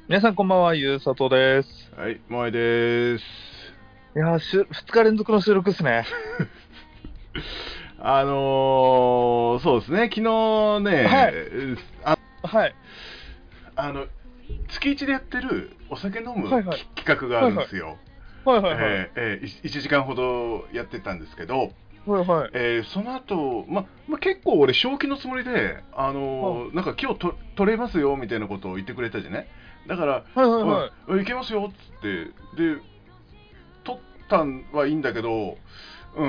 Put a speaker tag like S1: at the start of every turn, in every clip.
S1: 皆さんこんばんは、ゆうさとです。
S2: はい、もえです。
S1: いやー、2日連続の収録ですね。
S2: そうですね、昨日ね、
S1: はい、はい、
S2: あの、月一でやってるお酒飲む
S1: はい、はい、
S2: 企画があ
S1: はい、はい、
S2: るんですよ。
S1: はい、はい、はい、
S2: 1時間ほどやってたんですけど、
S1: はい、はい、
S2: その後、結構俺正気のつもりで、なんか今日取れますよみたいなことを言ってくれたじゃね。だから、
S1: はい、はい、はい、
S2: いけますよっつって、で、取ったんはいいんだけど、うん、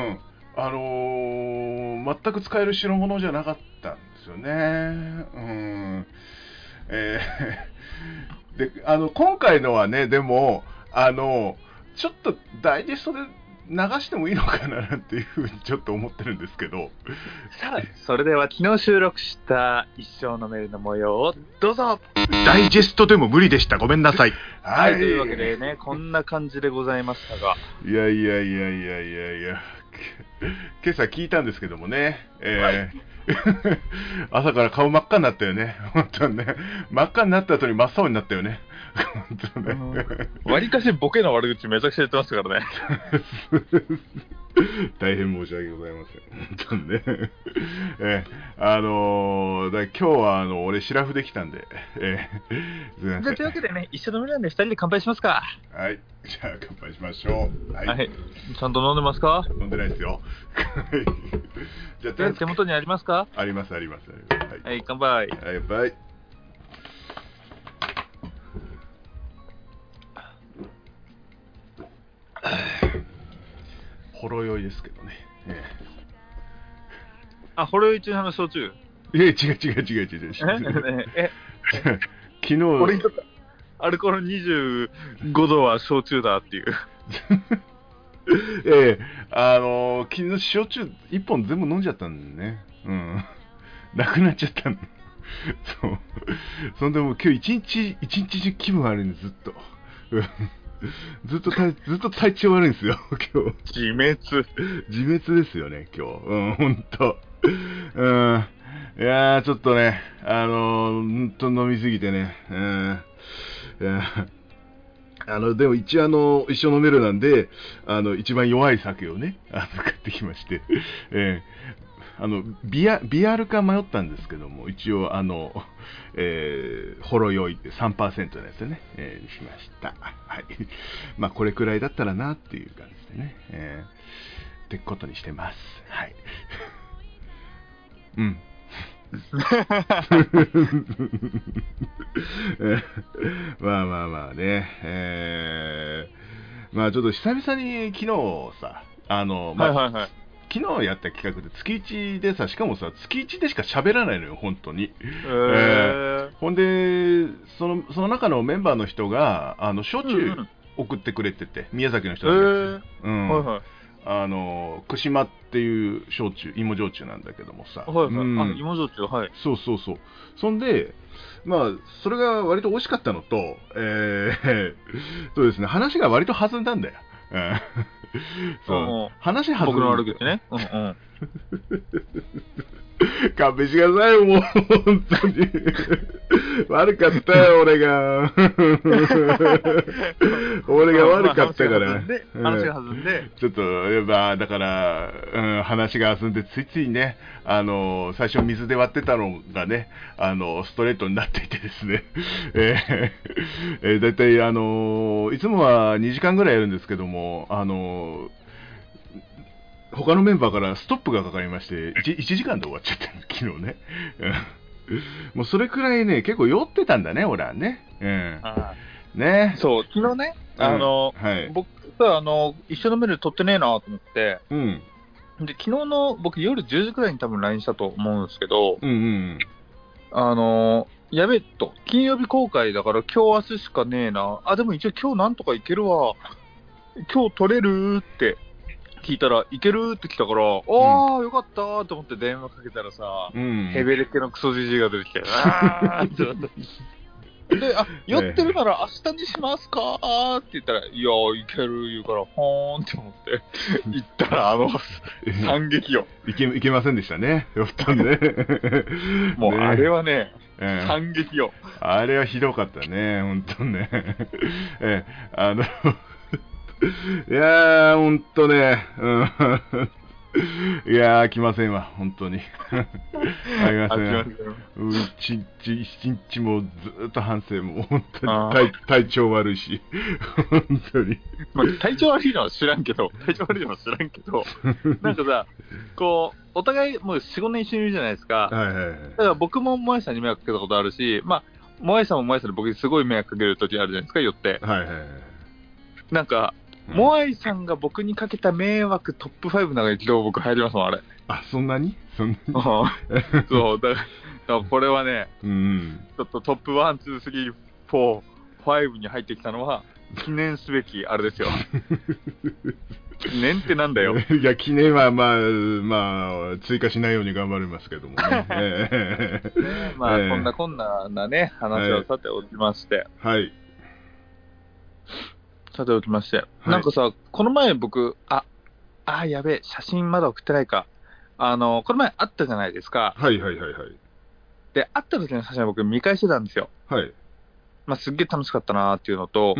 S2: 全く使える代物じゃなかったんですよね。うん。え今回のはね、でも、ちょっとダイジェストで流してもいいのかななんていうふうにちょっと思ってるんですけど、
S1: さあ、それでは昨日収録した一生のメールの模様をどうぞ。
S2: ダイジェストでも無理でした。ごめんなさい。
S1: はい、というわけでね、こんな感じでございましたが。
S2: いやいやいやいやいやいや、今朝聞いたんですけどもね、
S1: はい。
S2: 朝から顔真っ赤になったよね。本当にね。真っ赤になった後に真っ青になったよね。本当ね。
S1: わりかしボケの悪口めちゃくちゃ言ってましたからね。
S2: 大変申し訳ございません。本当にね。今日は俺、シラフできたんで、すみま
S1: じゃあ、
S2: せん。
S1: というわけでね、一緒のメールなんで2人で乾杯しますか。
S2: はい。じゃあ、乾杯しましょう。はい。
S1: はい。ちゃんと飲んでますか？
S2: 飲んでないですよ。はい。じゃあ、とりあえず、
S1: 手元にありますか？
S2: あります、あります。はい。
S1: はい、乾杯。
S2: はい、バイ。ほろ酔いですけどね。
S1: あ、ほろ酔い中の焼酎。
S2: 違う違う違う違う違う。昨日、
S1: 俺にとってアルコール25度は焼酎だっていう。
S2: ええ昨日焼酎一本全部飲んじゃったんだよね。うん。なくなっちゃったの。そう。そんでもう今日一日中気分悪いんです、ずっと。ずっと体調悪いんですよ、今日。
S1: 自滅。
S2: 自滅ですよね、今日。うん、ほんと。うん。いやー、ちょっとね、ほんと飲みすぎてね。うん。いやでも一応一緒飲めるなんで、一番弱い酒をね、買ってきまして、ビアルか迷ったんですけども、一応ほろ酔いって3%のやつでね、にしました。はい。まあ、これくらいだったらなっていう感じでね、ってことにしてます。はい。うん。まあまあまあね、まあちょっと久々に昨日さ、
S1: はいはいはい。
S2: 昨日やった企画で月1でさ、しかもさ、月1でしか喋らないのよ、本当に。ほんで、その中のメンバーの人が、焼酎
S1: うんうん。
S2: 送ってくれてて、宮崎の人なんだけど、
S1: はい
S2: うん。
S1: はい。
S2: 串間っていう焼酎、芋焼酎なんだけどもさ、
S1: はいはい。あ、
S2: うん。
S1: 芋焼酎、はい。
S2: そうそうそう。そんで、まあ、それが割と美味しかったのと、そうですね、話が割と弾んだんだよ。うん。そう。
S1: うんうん。
S2: 話弾
S1: 僕の
S2: ん、
S1: 悪口ね。うんうん。
S2: 勘弁してくださいよ、もう。本当に。悪かったよ、俺が。俺が悪かったから。
S1: 話が弾んで、
S2: ちょっと、だから、話が弾んで、ついついね、最初水で割ってたのがね、ストレートになっていてですね、だいたい、いつもは2時間ぐらいやるんですけども、他のメンバーからストップがかかりまして、1時間で終わっちゃった昨日ね。もうそれくらいね、結構酔ってたんだね、俺はね。うん。
S1: あ
S2: ね。
S1: そう、昨日ね、
S2: うん。はい。
S1: 僕さ、一緒のメール取ってねえなと思って、
S2: うん。
S1: で、昨日の僕夜10時くらいに多分 LINE したと思うんですけど、
S2: うんうん。
S1: やべえと、金曜日公開だから今日明日しかねえな。あ、でも一応今日なんとかいけるわ。今日取れるって聞いたらいけるって来たから、あ
S2: うん。
S1: ーよかったーと思って電話かけたらさ、
S2: うん。
S1: ヘベレケのクソじじいが出てきて、あーってなった。 で、酔ってるなら明日にしますかって言ったら、いや、いける言うから、ほーんって思って、行ったら、惨劇よ。
S2: いけませんでしたね、酔ったんでね。
S1: もう、あれはね、
S2: ね
S1: 惨劇よ。
S2: あれはひどかったね、ほんとね。いやー、ほんとね、いやー、来ませんわ、本当に。ありません。一日もずっと反省も、本当に体調悪いし、本当に。
S1: まあ、体調悪いのは知らんけど、なんかさ、こう、お互いもう4、5年一緒にいるじゃないですか。
S2: はいはいはい。
S1: だから僕ももやさんに迷惑かけたことあるし、まあ、もやさんももやさんで僕にすごい迷惑かける時あるじゃないですか、酔って。
S2: はいはいはい。
S1: なんか、モアイさんが僕にかけた迷惑トップ5の中に一度僕入りますもん、あれ。
S2: そんなにそう、
S1: だからこれはね、ちょっとトップ1、2、3、4、5に入ってきたのは、記念すべきあれですよ。記念ってなんだよ。
S2: いや、記念はまあ、追加しないように頑張りますけどもね。
S1: まあ、こんなね、話をさておきまして。
S2: はい。
S1: さておきまして、なんかさ、この前僕、やべえ、写真まだ送ってないか。この前会ったじゃないですか。
S2: はい。
S1: で、会った時の写真は僕見返してたんですよ。
S2: はい。
S1: まあ、すっげえ楽しかったなーっていうのと、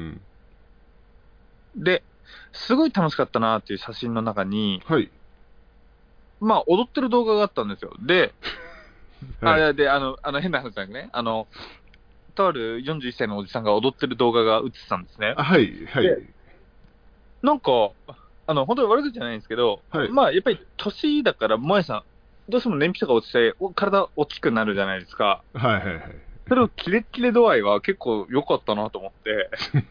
S1: で、すごい楽しかったなーっていう写真の中に、
S2: はい。
S1: まあ、踊ってる動画があったんですよ。で、
S2: はい、
S1: で、変な話じゃなくね、とある41歳のおじさんが踊ってる動画が映ってたんですね。
S2: はい。
S1: なんか、本当に悪口じゃないんですけど、まあ、やっぱり年だから、もやさん、どうしても燃費とか落ちて、体大きくなるじゃないですか。それをキレッキレ度合いは結構良かったなと思って、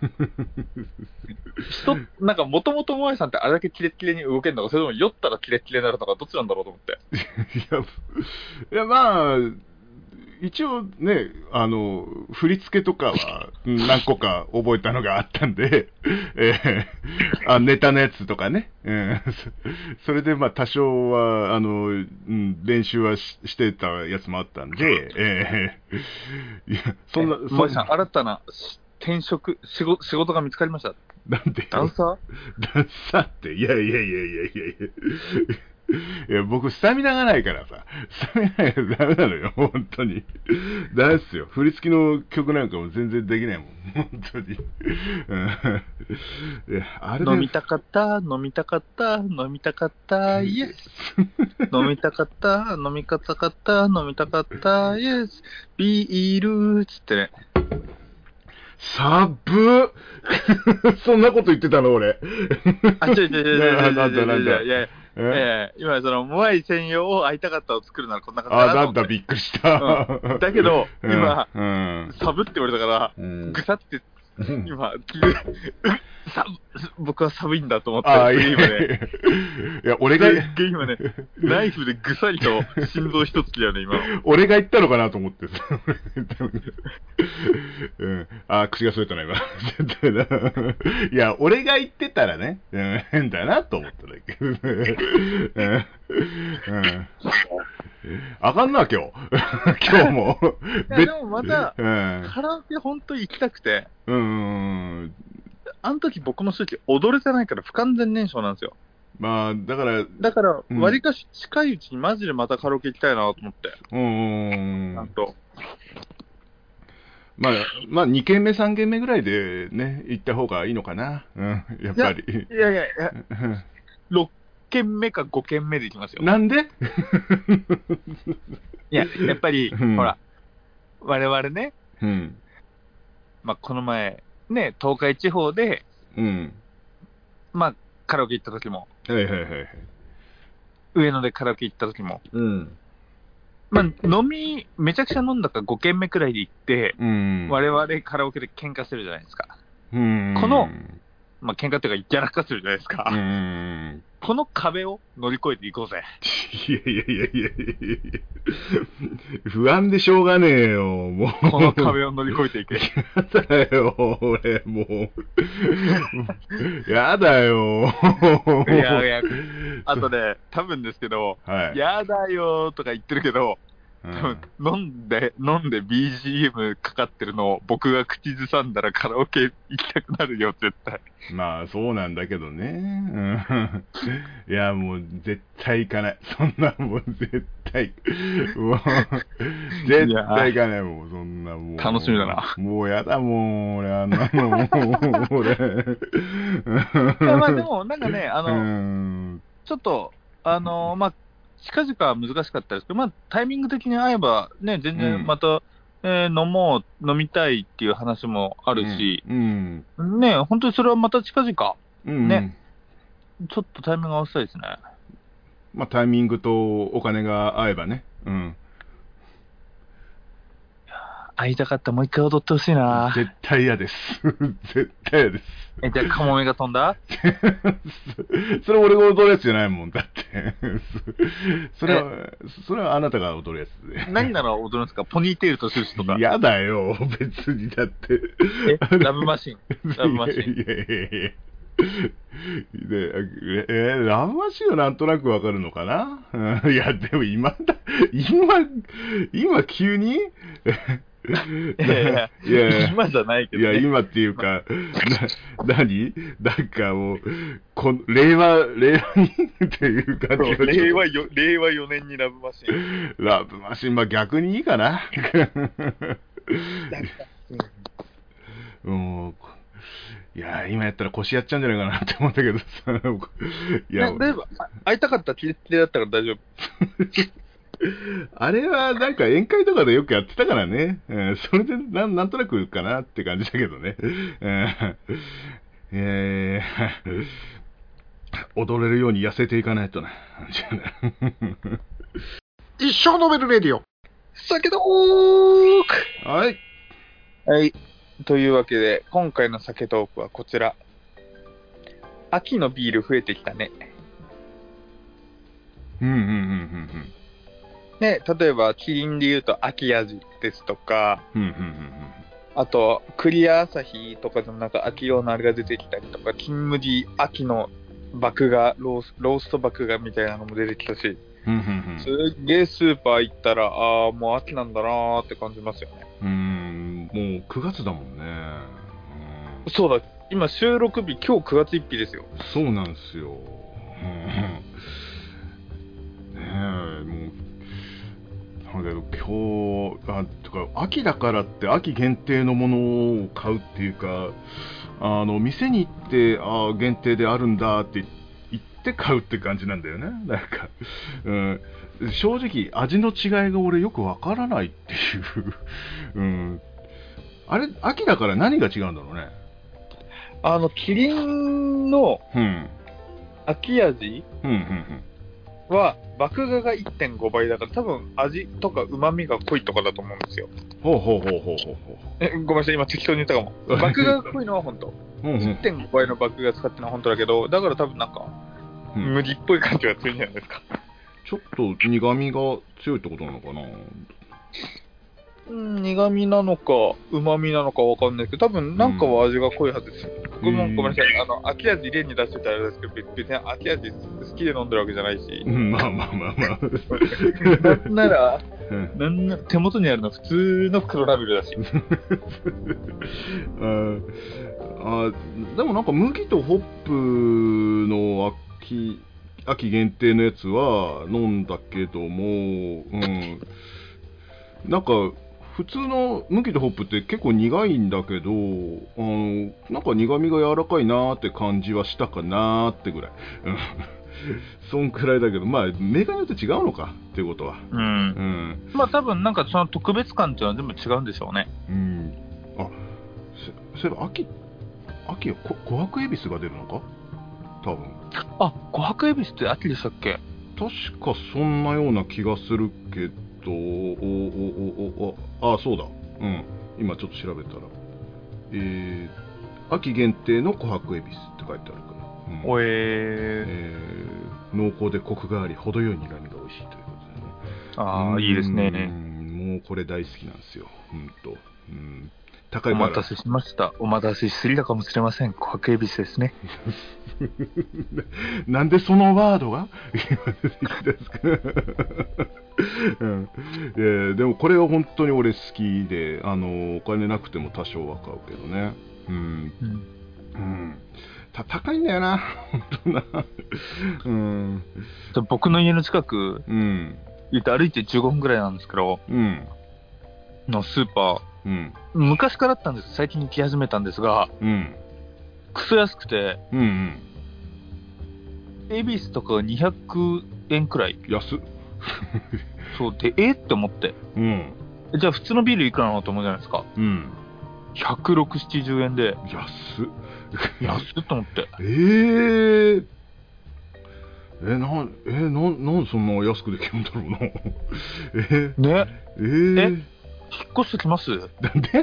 S1: なんかもともともやさんってあれだけキレッキレに動けるのか、それとも酔ったらキレッキレになるのか、どっちなんだろうと思って。
S2: いや、まあ、一応ね、振り付けとかは何個か覚えたのがあったんで、ネタのやつとかね、それでまあ多少は、練習はしてたやつもあったんで、いや、そんな、
S1: もやさん、新たな転職、仕事が見つかりました。
S2: なんで
S1: ダンサ
S2: ーって、いや。いや、僕、スタミナがないからさ。スタミナないからダメなのよ、本当に。ダメっすよ。振り付きの曲なんかも全然できないもん。本当に。いや、あれで
S1: 飲みたかった、イエス。飲みたかった、イエス。ビール、つってね。
S2: サブそんなこと言ってたの俺。
S1: なんだ。今、モアイ専用を会いたかったを作るならこんな感じだなと思って。
S2: なんだ、びっくりした。
S1: だけど、今、サブって言われたから、ぐさって、今、僕は寒いんだと思って、
S2: いや、俺が、
S1: 今ね、ナイフでぐさりと心臓一つきだよね、今。
S2: 俺が言ったのかなと思ってさ。口がそれたな、今。絶対な。いや、俺が言ってたらね、変だなと思っただけ。あかんな、今日も。
S1: でもまた、カラオケ本当に行きたくて。あの時僕も正直踊れてないから不完全燃焼なんですよ。
S2: まあ、だから、
S1: わりかし近いうちにマジでまたカラオケ行きたいなと思って。なんと。
S2: まあ、2軒目、3軒目ぐらいでね、行った方がいいのかな。やっぱり。
S1: いや。6軒目か5軒目で行きますよ。
S2: なんで
S1: いや、やっぱり、ほら、我々ね、まあ、この前、ね、東海地方で、まあ、カラオケ行った時も、上野でカラオケ行った時も、まあ、めちゃくちゃ飲んだか5軒目くらいで行って、我々カラオケで喧嘩してるじゃないですか。この、まあ、喧嘩っていうか、ギャラ化するじゃないですか。この壁を乗り越えていこうぜ。
S2: いや。不安でしょうがねえよ、もう。
S1: この壁を乗り越えていけ。
S2: やだよ、俺、もう。やだよ。
S1: いや、あとね、多分ですけど、やだよとか言ってるけど、 多分飲んで BGM かかってるのを僕が口ずさんだらカラオケ行きたくなるよ、絶対。
S2: まあそうなんだけどね。いやもう絶対行かない。そんなもう絶対。もう絶対行かない。もうそんなもう。
S1: 楽しみだな。
S2: もうやだもう、俺あんなの。もう俺。
S1: いやまあでもなんかね、ちょっと、まあ、近々は難しかったですけど、まあ、タイミング的に合えば、ね、全然また、飲みたいっていう話もあるし、ね、本当にそれはまた近々、ね、ちょっとタイミング合わせたいですね。
S2: まあ、タイミングとお金が合えばね。
S1: 会いたかった、もう一回踊ってほしいな。
S2: 絶対嫌です。絶対嫌です。
S1: じゃあ、カモメが飛んだ
S2: それ俺が踊るやつじゃないもん、だって。それはあなたが踊るやつで。
S1: 何なら踊るんですか？ポニーテールとシューシとか。
S2: 嫌だよ、別に、だって。
S1: ラブマシン。ラブマシン。
S2: いやいやいや。ラブマシンはなんとなくわかるのかな。いや、でも今急に
S1: いや、今じゃないけど、ね。
S2: いや、今っていうか、何なんかもう、令和にっていう感じが。
S1: 令和4年にラブマシン。
S2: ラブマシン、まあ逆にいいかな。いや、今やったら腰やっちゃうんじゃないかなって思ったけどさ。
S1: いや、例えば、会いたかったらキレッキレだったから大丈夫。
S2: あれはなんか宴会とかでよくやってたからね。それでなんとなくかなって感じだけどね。踊れるように痩せていかないとな。
S3: 一生飲めるレディオ。
S1: 酒トーク。
S2: はい。
S1: はい。というわけで、今回の酒トークはこちら。秋のビール増えてきたね。ね、例えば、キリンで言うと秋味ですとか、あと、クリア朝日とかでもなんか秋用のあれが出てきたりとか、金麦秋の麦芽、ロースト麦芽みたいなのも出てきたし、すっげえスーパー行ったら、もう秋なんだなーって感じますよね。
S2: もう9月だもんね。
S1: そうだ、今収録日、今日9月1日ですよ。
S2: そうなんですよ。もうだけど今日とか秋だからって秋限定のものを買うっていうか、店に行って限定であるんだって言って買うって感じなんだよね。なんか、正直味の違いが俺よくわからないっていう、あれ秋だから何が違うんだろうね。
S1: キリンの秋味は麦芽が 1.5 倍だから多分味とか旨味が濃いとかだと思うんですよ。
S2: ご
S1: めんなさい、今適当に言ったかも。麦芽が濃いのは本当。1.5 倍の麦芽使ってるのは本当だけど、だから多分なんか麦っぽい感じが強いんじゃないですか。
S2: ちょっと苦味が強いってことなのかな。
S1: 苦味なのか旨味なのかわかんないけど、多分なんかは味が濃いはずですよ。ごめんなさい、秋味例に出してたらあれですけど、別に秋味好きで飲んでるわけじゃないし。
S2: まあ。
S1: なんなら手元にあるのは普通の黒ラベルだし。
S2: でもなんか麦とホップの秋限定のやつは飲んだけども、なんか普通の麦とホップって結構苦いんだけど、なんか苦味が柔らかいなーって感じはしたかなーってぐらい。そんくらいだけど、まあメーカーによって違うのかっていうことは。
S1: まあ多分なんかその特別感っていうのは全部違うんでしょうね。
S2: そういえば秋は琥珀恵比寿が出るのか多分。
S1: 琥珀恵比寿って秋でしたっけ？
S2: 確かそんなような気がするけど、そうだ。今ちょっと調べたら。秋限定の琥珀恵比寿って書いてあるから。濃厚でコクがあり、程よい苦味が美味しいということでね。
S1: いいですね。
S2: もうこれ大好きなんですよ。 高いから。
S1: お待たせしました。お待たせしすぎたかもしれません。琥珀恵比寿ですね。
S2: なんでそのワードがですか、うん、でもこれは本当に俺好きで、お金なくても多少は買うけどね。うん。うん。高いんだよな、本当な。うん。
S1: 僕の家の近く、
S2: うん。
S1: 歩いて15分ぐらいなんですけど、
S2: うん。
S1: のスーパー、
S2: うん、
S1: 昔からあったんです。最近行き始めたんですが、
S2: うん、
S1: クソ安くて、
S2: うんうん、
S1: 恵比寿とかが200円くらい。
S2: 安っ。
S1: そうで、って思って、
S2: うん、
S1: じゃあ普通のビールいくらなのと思うじゃないですか。
S2: うん、
S1: 160、70円で、
S2: 安っ。
S1: 安っと思って。
S2: なんそんな安くできるんだろうな。
S1: ね。
S2: 引
S1: っ越してきます？
S2: なんで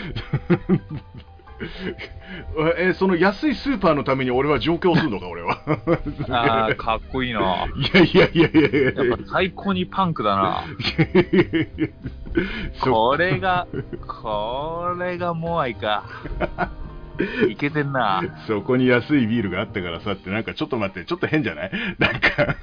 S2: その安いスーパーのために俺は上京するのか、俺は。
S1: ああ、かっこいいな。
S2: いや。
S1: やっぱ最高にパンクだな。これがモアイか。いけてんな。
S2: そこに安いビールがあったからさって、なんかちょっと待って、ちょっと変じゃない？なんか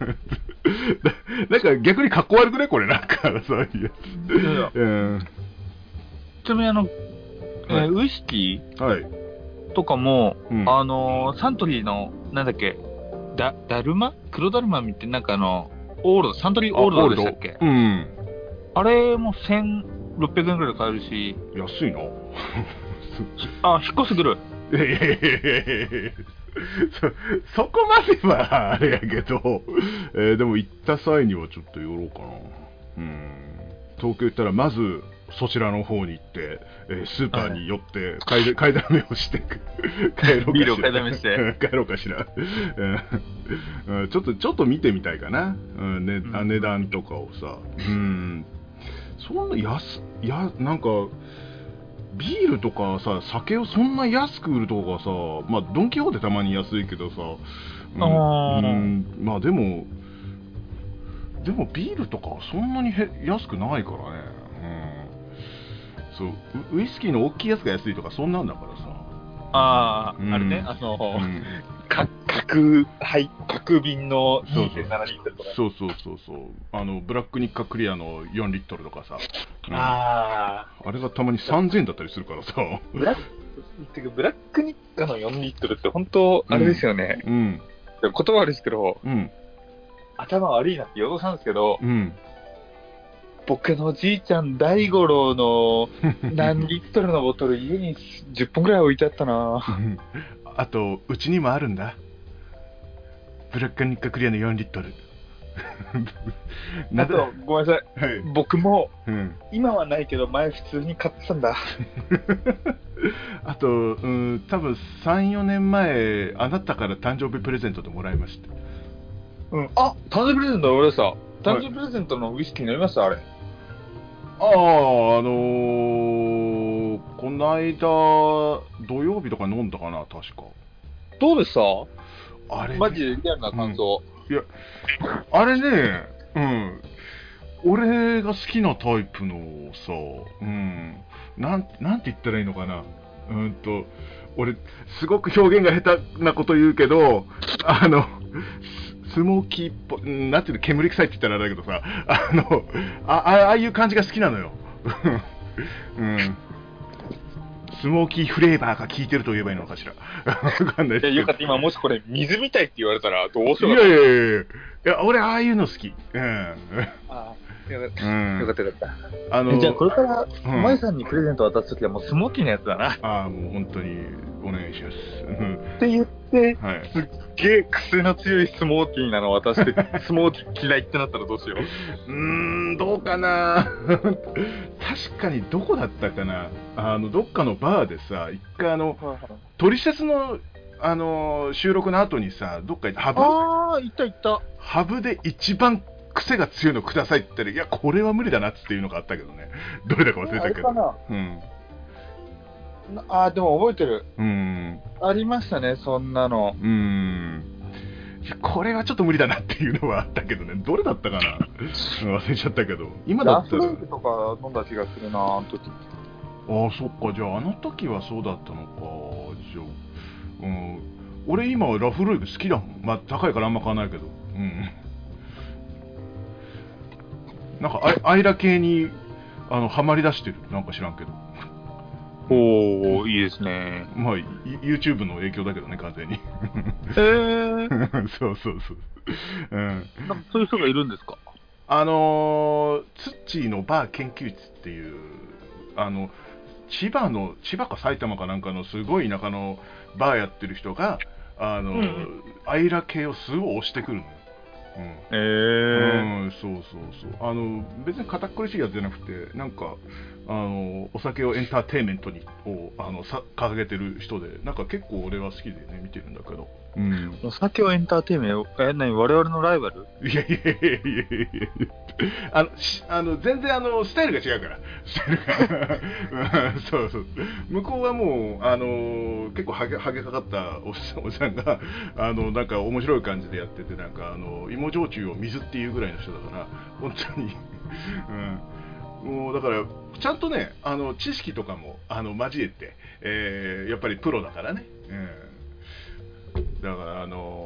S2: 逆にかっこ悪くねこれ、なんかそういう。うん、
S1: ちなみにウイスキー、
S2: はい、
S1: とかも、
S2: うん、
S1: サントリーのなんだっけ、ダルマ黒ダルマみたいな、なんかオールド、サントリーオールドでしたっけ？
S2: うん。
S1: あれも1600円ぐらいで買えるし。
S2: 安いな。
S1: 引っ越してくる。
S2: そこまではあれやけど、でも行った際にはちょっと寄ろうかな。東京行ったらまずそちらの方に行って、スーパーに寄って買いだめをして帰ろうかしら。
S1: ビールを買いだめして
S2: 帰ろうかしら。ちょっと見てみたいかな。値段とかをさ。そんななんかビールとかさ、酒をそんな安く売るとこがさ、まあドンキホーテたまに安いけどさ、まあでもビールとかはそんなに安くないからね。そう、ウイスキーの大きいやつが安いとかそんなんだからさ。
S1: あれね、角瓶の 2.7 リットルとか。
S2: そう、ブラックニッカクリアの4リットルとかさ。
S1: あ
S2: れがたまに3000円だったりするからさ。
S1: ブラックニッカの4リットルって本当あれですよね。言葉悪いですけど、頭悪いなって言おうとしたんですけど、僕のおじいちゃん大五郎の何リットルのボトル家に10本ぐらい置いてあったな。
S2: あとうちにもあるんだ、ブラックニッカクリアの4リットル。
S1: あとごめんなさい、
S2: はい、
S1: 僕も、今はないけど前普通に買ってたんだ。
S2: あと多分 3,4 年前あなたから誕生日プレゼントでもらいました。
S1: あ、誕生日プレゼント俺さ、誕生日プレゼントのウイスキー飲みましたあれ。
S2: この間土曜日とか飲んだかな、確か。
S1: どうでした？
S2: あれ、
S1: マジでリアルな感想。
S2: いや、あれね、俺が好きなタイプのさ、なんて言ったらいいのかな、俺すごく表現が下手なこと言うけど、スモーキーっぽい、なんていうの、煙臭いって言ったらあれだけどさ、ああいう感じが好きなのよ。スモーキーフレーバーが効いてると言えばいいのかしら。わかんないですけど。
S1: よかった、今もしこれ水みたいって言われたらどうしよう。
S2: いや、俺ああいうの好き。よかった。
S1: じゃあこれから舞さんにプレゼント渡すときはもうスモーキーなやつだな。
S2: もう本当にお願いします。
S1: って言って、すっげえ癖の強いスモーキーなの渡してスモーキー嫌いってなったらどうしよう。
S2: どうかな。確かにどこだったかな、どっかのバーでさ、一回トリセツの収録の後にさ、どっか行った
S1: 行った。
S2: ハブで一番癖が強いのくださいって言ったら、いやこれは無理だなっていうのがあったけどね。どれだか忘れたけど。
S1: でも覚えてる。ありましたね、そんなの。
S2: これはちょっと無理だなっていうのはあったけどね。どれだったかな、忘れちゃったけど。今だったらラフレイ
S1: とか飲んだ気がするな、あの時。
S2: ああ、そっか。じゃああの時はそうだったのか。じゃあ、俺今ラフロイグ好きだもん。まあ高いからあんま買わないけど。なんかアイラ系にハマり出してる。なんか知らんけど。
S1: おー、いいですね。
S2: まあ YouTube の影響だけどね、完全に。そうそうそう。
S1: なんかそういう人がいるんですか？
S2: ツッチーのバー研究室っていう千葉か埼玉かなんかのすごい田舎のバーやってる人がアイラ系をすごい押してくるのよ。そうそうそう。別に堅苦しいやつじゃなくて、なんかお酒をエンターテインメントに掲げてる人で、なんか結構俺は好きでね見てるんだけど。
S1: お酒をエンターテインメント、何我々のライバル？
S2: いや全然スタイルが違うから。スタイルがそうそう。向こうはもう結構ハゲかかったおじさんがなんか面白い感じでやってて、なんか芋焼酎を水っていうぐらいの人だから本当にもうだからちゃんとね知識とかも交えて、やっぱりプロだからね。だから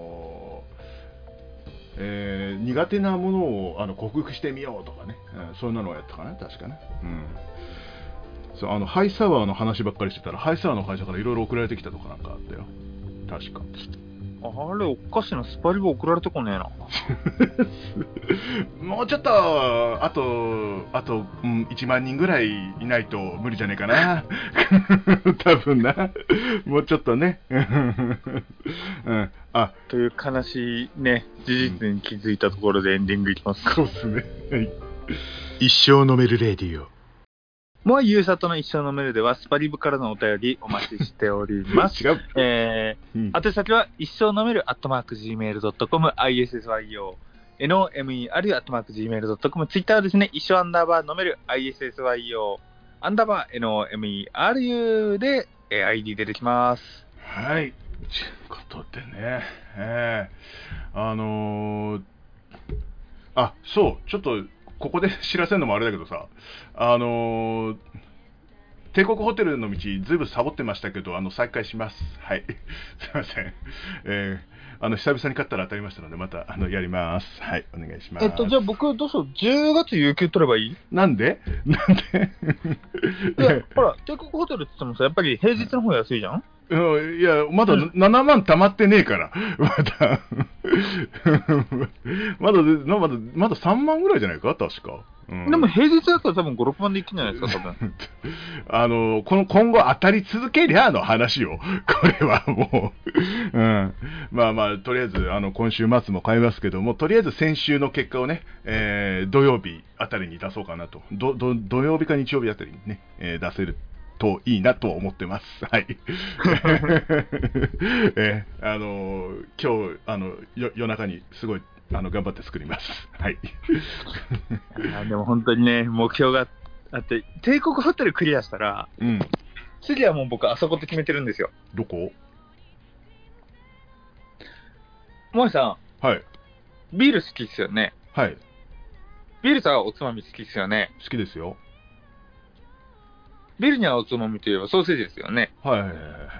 S2: 苦手なものを克服してみようとかね、そういうのをやったかな、確かね。そうハイサワーの話ばっかりしてたら、ハイサワーの会社からいろいろ送られてきたとかなんかあったよ、確か。
S1: あれおかしな、スパリボ送られてこねえな。
S2: もうちょっとあと、1万人ぐらいいないと無理じゃねえかな。多分な。もうちょっとね。
S1: という悲しいね、事実に気づいたところでエンディングいきます。
S2: そうっすね。はい。
S3: 一生飲めるレディオ。
S1: もうゆうさとの一生飲めるではスパリブからのお便りお待ちしております。
S2: 違う。
S1: 宛先は一生飲める@gmail.com、ISSYO NOMERU@gmail.com、ツイッターはですね、一生_飲める ISSYO _NOMERU で、ID 出てきます。
S2: はい。ということでね、そう、ちょっとここで知らせるのもあれだけどさ、帝国ホテルの道ずいぶんサボってましたけど、再開します。はい。すいません。久々に勝ったら当たりましたので、またやります。はい、お願いします。
S1: じゃあ僕どうしよう、10月有給取ればいい？
S2: なんで
S1: いや、ほら、帝国ホテルって言ってもさ、やっぱり平日の方が安いじゃん？
S2: いや、まだ7万溜まってねえから。まだ3万ぐらいじゃないか、確か。
S1: でも平日だったら多分5、6万でいけんじゃないですか、多分。
S2: 今後当たり続けりゃの話を、これはもう、まあ、とりあえず、今週末も買いますけども、とりあえず先週の結果をね、土曜日あたりに出そうかなと。土曜日か日曜日あたりにね、出せるといいなと思ってます。はい。今日、夜中にすごい、頑張って作ります。はい。
S1: でも本当にね、目標があって、帝国ホテルクリアしたら、次はもう僕、あそこって決めてるんですよ。
S2: どこ？
S1: もえさ
S2: ん。はい。
S1: ビール好きっすよね。
S2: はい。
S1: ビールさ、おつまみ好きっすよね。
S2: 好きですよ。
S1: ビールにはおつまみといえばソーセージですよね。
S2: はい。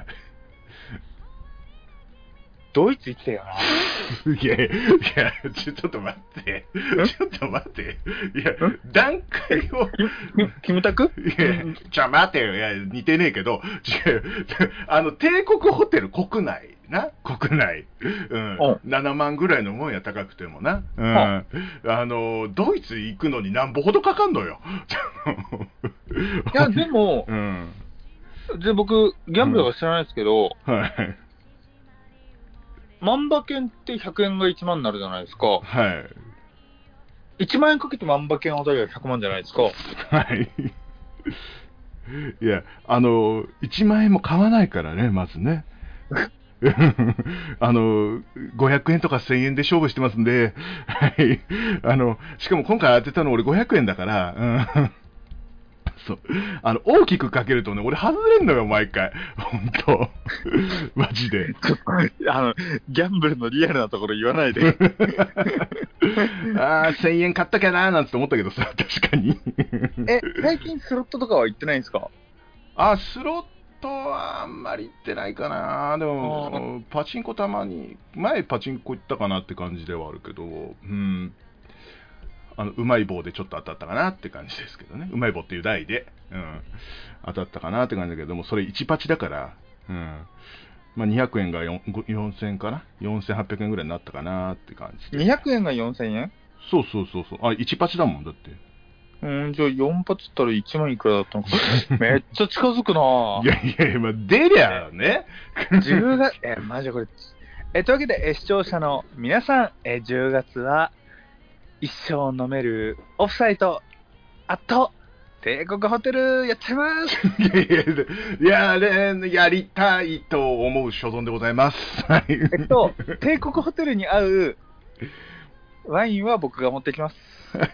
S1: ドイツ行ってよな。
S2: いや、ちょっと待って。いや、段階を。
S1: キムタク？
S2: いや、待てよ。いや、似てねえけど、違う。帝国ホテル国内。7万ぐらいのもんや、高くてもな。ドイツ行くのになんぼほどかかんのよ。
S1: いや、でも、僕、ギャンブルは知らないですけど、
S2: はい。
S1: 万馬券って100円が1万になるじゃないですか。
S2: はい。
S1: 1万円かけて万馬券を当たりが100万じゃないですか。
S2: はい。いや、1万円も買わないからね、まずね。500円とか1000円で勝負してますんで、はい。しかも今回当てたの俺500円だから、そう。大きくかけるとね、俺外れんのよ、毎回。ほんと。マジで。
S1: ギャンブルのリアルなところ言わないで。
S2: 1000円買ったきゃなーなんて思ったけどさ、確かに。
S1: 最近スロットとかは行ってないんですか？
S2: スロットはあんまり行ってないかな。でも、パチンコたまに、前パチンコ行ったかなって感じではあるけど、うまい棒でちょっと当たったかなって感じですけどね。うまい棒っていう台で、当たったかなって感じだけども、それ1パチだから、まあ、200円が4000円かな ?4800 円ぐらいになったかなって感じで。
S1: 200円が4000円？
S2: そう。1パチだもん、だって。
S1: じゃあ4発ったら1万いくらだったのか。めっちゃ近づくなぁ。
S2: いや、まあ、出りゃね。
S1: 10月、マジでこれ。というわけで、視聴者の皆さん、10月は、一生飲めるオフサイト、帝国ホテルやっちゃいます。
S2: いや、やりたいと思う所存でございます。
S1: 帝国ホテルに合うワインは僕が持ってきます。
S2: はい、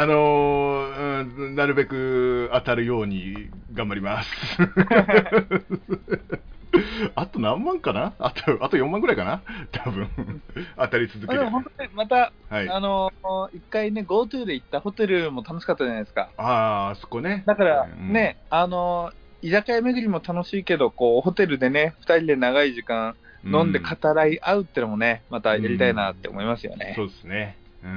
S2: なるべく当たるように頑張ります。あと何万かな？あと4万ぐらいかな？多分当たり続ける。
S1: 本当にまた、一回ね GoTo で行ったホテルも楽しかったじゃないですか。
S2: あそこね。
S1: だからね、居酒屋巡りも楽しいけど、こうホテルでね2人で長い時間飲んで語らい合うってのもね、またやりたいなって思いますよね。
S2: そうですね。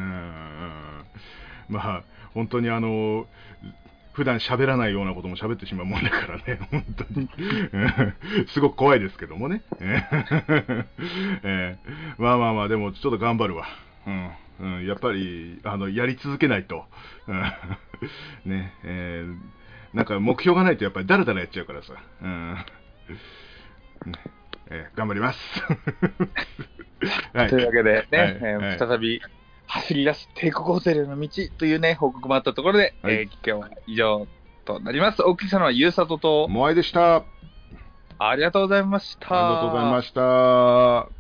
S2: まあ本当に普段喋らないようなことも喋ってしまうもんだからね、本当にすごく怖いですけどもね。まあでもちょっと頑張るわ。やっぱりやり続けないと、ね、なんか目標がないとやっぱりだらだらやっちゃうからさ。頑張ります。
S1: というわけでね、再び走り出す帝国ホテルの道というね報告もあったところで、今日は以上となります。お送りしたのはゆうさとと
S2: もあいでした。
S1: ありがとうございました。
S2: ありがとうございました。